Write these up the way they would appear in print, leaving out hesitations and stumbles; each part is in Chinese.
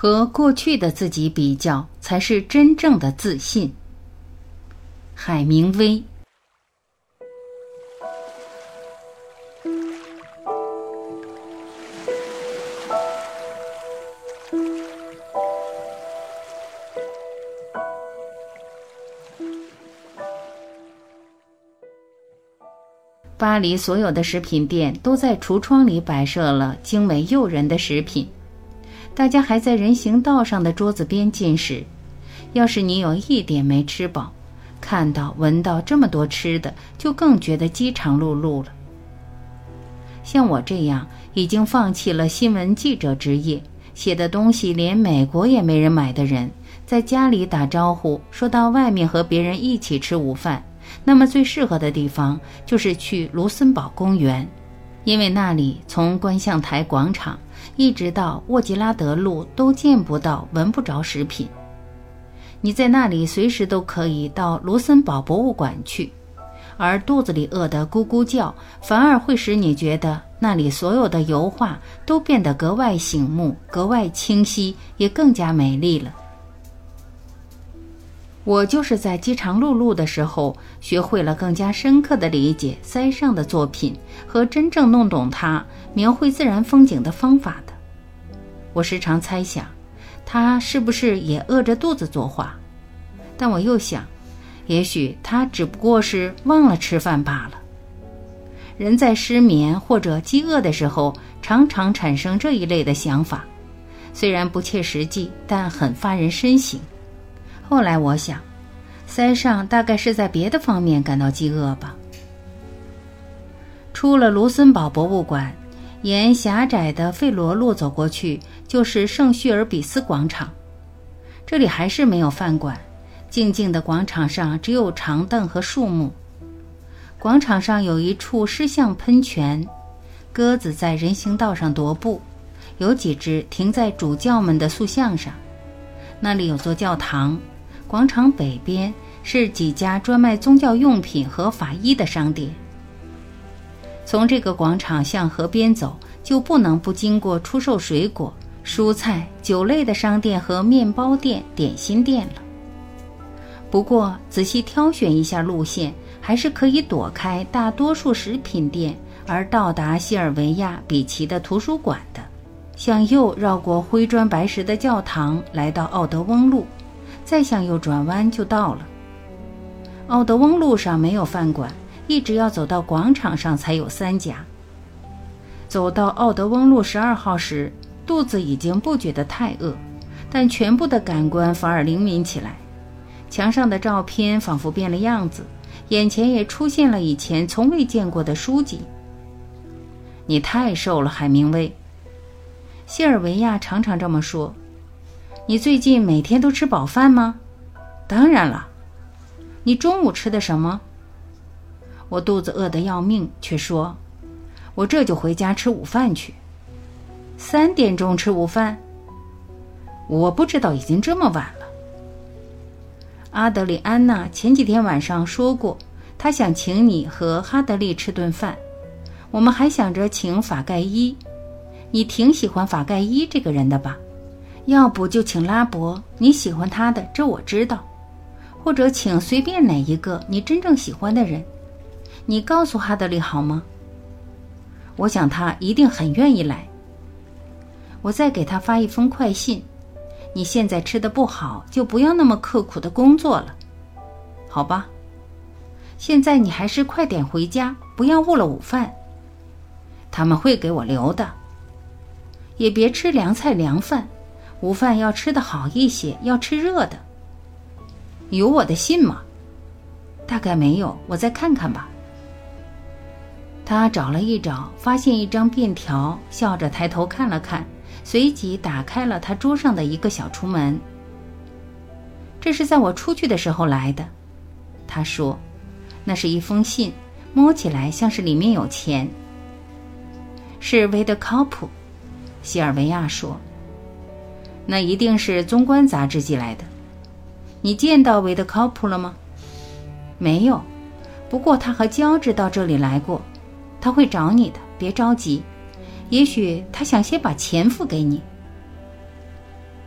和过去的自己比较，才是真正的自信。海明威。巴黎所有的食品店都在橱窗里摆设了精美诱人的食品，大家还在人行道上的桌子边进食。要是你有一点没吃饱，看到闻到这么多吃的，就更觉得饥肠辘辘了。像我这样已经放弃了新闻记者职业，写的东西连美国也没人买的人，在家里打招呼，说到外面和别人一起吃午饭，那么最适合的地方就是去卢森堡公园，因为那里从观象台广场一直到沃吉拉德路都见不到闻不着食品。你在那里随时都可以到卢森堡博物馆去，而肚子里饿得咕咕叫，反而会使你觉得那里所有的油画都变得格外醒目，格外清晰，也更加美丽了。我就是在饥肠辘辘的时候，学会了更加深刻地理解塞尚的作品和真正弄懂他描绘自然风景的方法的。我时常猜想，他是不是也饿着肚子作画？但我又想，也许他只不过是忘了吃饭罢了。人在失眠或者饥饿的时候，常常产生这一类的想法，虽然不切实际，但很发人深省。后来我想，塞尚大概是在别的方面感到饥饿吧。出了卢森堡博物馆，沿狭窄的费罗路走过去，就是圣叙尔比斯广场。这里还是没有饭馆，静静的广场上只有长凳和树木。广场上有一处狮象喷泉，鸽子在人行道上踱步，有几只停在主教们的塑像上。那里有座教堂，广场北边是几家专卖宗教用品和法医的商店。从这个广场向河边走，就不能不经过出售水果、蔬菜、酒类的商店和面包店、点心店了。不过仔细挑选一下路线，还是可以躲开大多数食品店，而到达西尔维亚比奇的图书馆的。向右绕过灰砖白石的教堂，来到奥德翁路，再向右转弯就到了。奥德翁路上没有饭馆，一直要走到广场上才有3家。走到奥德翁路12号时，肚子已经不觉得太饿，但全部的感官反而灵敏起来。墙上的照片仿佛变了样子，眼前也出现了以前从未见过的书籍。你太瘦了，海明威。西尔维亚常常这么说。你最近每天都吃饱饭吗？当然了。你中午吃的什么？我肚子饿得要命，却说我这就回家吃午饭去。3点钟吃午饭？我不知道已经这么晚了。阿德里安娜前几天晚上说过，她想请你和哈德利吃顿饭，我们还想着请法盖伊。你挺喜欢法盖伊这个人的吧？要不就请拉伯，你喜欢他的，这我知道。或者请随便哪一个你真正喜欢的人。你告诉哈德利好吗？我想他一定很愿意来。我再给他发一封快信，你现在吃得不好，就不要那么刻苦的工作了，好吧？现在你还是快点回家，不要误了午饭。他们会给我留的。也别吃凉菜凉饭，午饭要吃得好一些，要吃热的。有我的信吗？大概没有，我再看看吧。他找了一找，发现一张便条，笑着抬头看了看，随即打开了他桌上的一个小橱门。这是在我出去的时候来的，他说，那是一封信，摸起来像是里面有钱。是维德考普，西尔维亚说，那一定是宗观杂志寄来的。你见到维德考普了吗？没有，不过他和乔治到这里来过，他会找你的，别着急，也许他想先把钱付给你。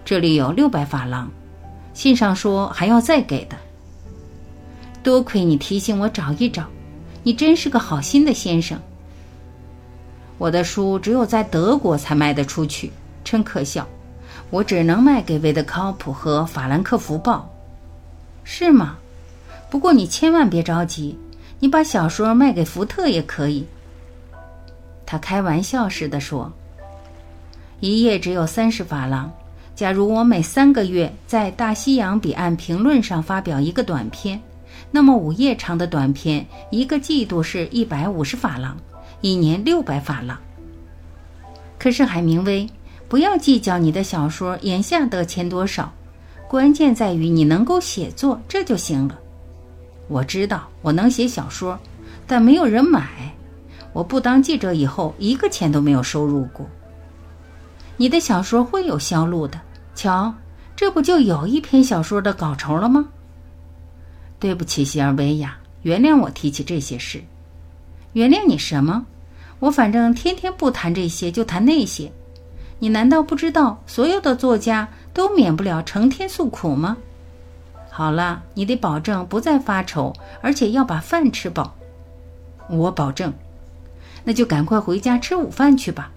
这里有600法郎，信上说还要再给的。多亏你提醒我找一找，你真是个好心的先生。我的书只有在德国才卖得出去，真可笑，我只能卖给维德考普和法兰克福报。是吗？不过你千万别着急，你把小说卖给福特也可以。他开玩笑似的说，一页只有30法郎，假如我每3个月在大西洋彼岸评论上发表一个短篇，那么5页长的短篇1个季度是150法郎，1年600法郎。可是海明威，不要计较你的小说眼下得钱多少，关键在于你能够写作，这就行了。我知道我能写小说，但没有人买。我不当记者以后1个钱都没有收入过。你的小说会有销路的，瞧，这不就有一篇小说的稿酬了吗？对不起，西尔维亚，原谅我提起这些事。原谅你什么？我反正天天不谈这些就谈那些。你难道不知道所有的作家都免不了成天诉苦吗？好了，你得保证不再发愁，而且要把饭吃饱。我保证。那就赶快回家吃午饭去吧。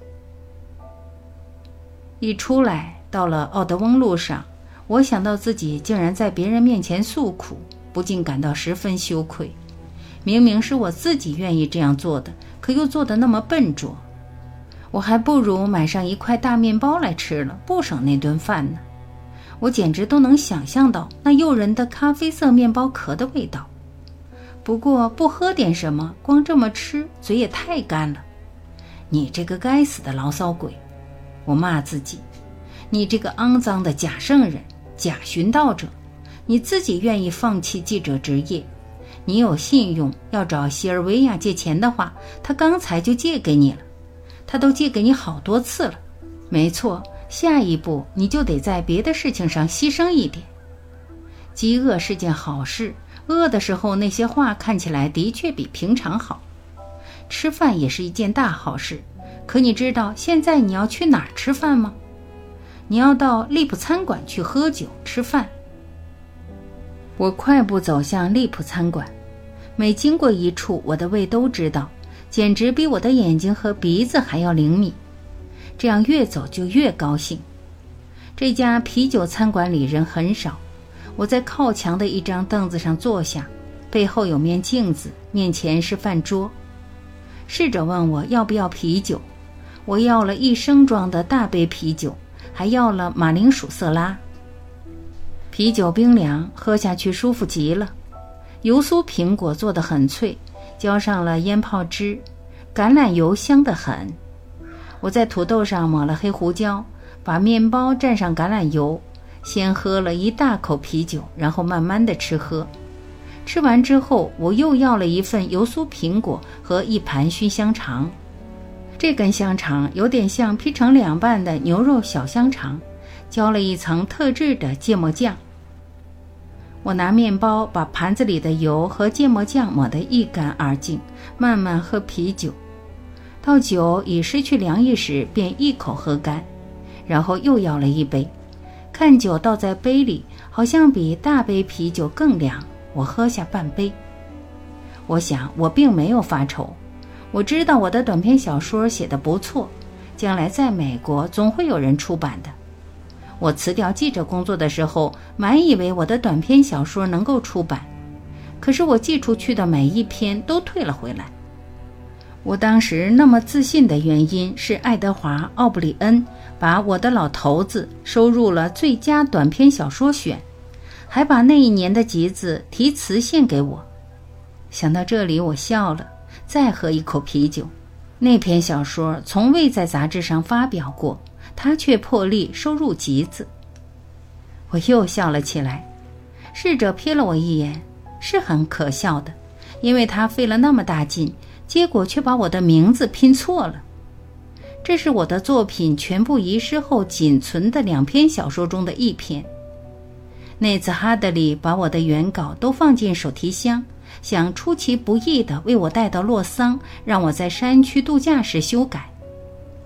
一出来，到了奥德翁路上，我想到自己竟然在别人面前诉苦，不禁感到十分羞愧。明明是我自己愿意这样做的，可又做得那么笨拙。我还不如买上一块大面包来吃了，不省那顿饭呢。我简直都能想象到那诱人的咖啡色面包壳的味道。不过不喝点什么，光这么吃，嘴也太干了。你这个该死的牢骚鬼，我骂自己。你这个肮脏的假圣人，假寻道者，你自己愿意放弃记者职业，你有信用，要找西尔维亚借钱的话，他刚才就借给你了，他都借给你好多次了。没错，下一步你就得在别的事情上牺牲一点。饥饿是件好事，饿的时候那些话看起来的确比平常好。吃饭也是一件大好事，可你知道现在你要去哪儿吃饭吗？你要到利普餐馆去喝酒吃饭。我快步走向利普餐馆，每经过一处，我的胃都知道，简直比我的眼睛和鼻子还要灵敏。这样越走就越高兴。这家啤酒餐馆里人很少，我在靠墙的一张凳子上坐下，背后有面镜子，面前是饭桌。侍者问我要不要啤酒，我要了1升装的大杯啤酒，还要了马铃薯色拉。啤酒冰凉，喝下去舒服极了。油酥苹果做得很脆，浇上了腌泡汁，橄榄油香得很。我在土豆上抹了黑胡椒，把面包蘸上橄榄油，先喝了一大口啤酒，然后慢慢的吃喝。吃完之后，我又要了一份油酥苹果和一盘熏香肠。这根香肠有点像劈成2半的牛肉小香肠，浇了一层特制的芥末酱。我拿面包把盘子里的油和芥末酱抹得一干二净，慢慢喝啤酒。到酒已失去凉意时，便一口喝干，然后又要了一杯。看酒倒在杯里，好像比大杯啤酒更凉，我喝下半杯。我想我并没有发愁，我知道我的短篇小说写得不错，将来在美国总会有人出版的。我辞掉记者工作的时候，满以为我的短篇小说能够出版，可是我寄出去的每一篇都退了回来。我当时那么自信的原因是爱德华·奥布里恩把我的老头子收入了最佳短篇小说选，还把那一年的集子题词献给我。想到这里我笑了，再喝一口啤酒。那篇小说从未在杂志上发表过，他却破例收入集子。我又笑了起来。侍者瞥了我一眼，是很可笑的，因为他费了那么大劲，结果却把我的名字拼错了。这是我的作品全部遗失后仅存的2篇小说中的1篇。那次哈德里把我的原稿都放进手提箱，想出其不意地为我带到洛桑，让我在山区度假时修改。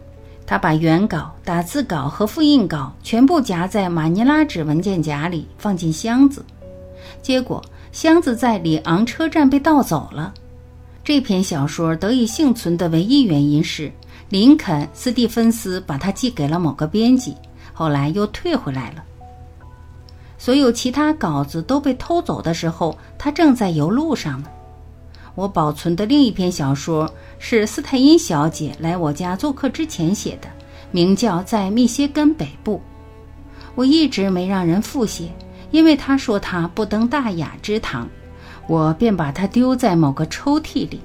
他把原稿、打字稿和复印稿全部夹在马尼拉纸文件夹里，放进箱子。结果箱子在里昂车站被盗走了。这篇小说得以幸存的唯一原因是林肯·斯蒂芬斯把它寄给了某个编辑，后来又退回来了。所有其他稿子都被偷走的时候，他正在邮路上呢。我保存的另一篇小说是斯泰因小姐来我家做客之前写的，名叫《在密歇根北部》。我一直没让人复写，因为他说他不登大雅之堂，我便把它丢在某个抽屉里。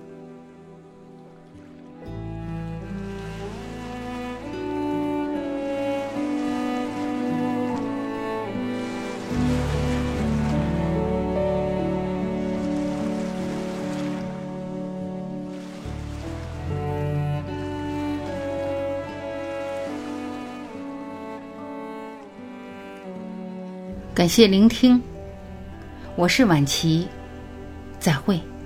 感谢聆听，我是婉琪，再会。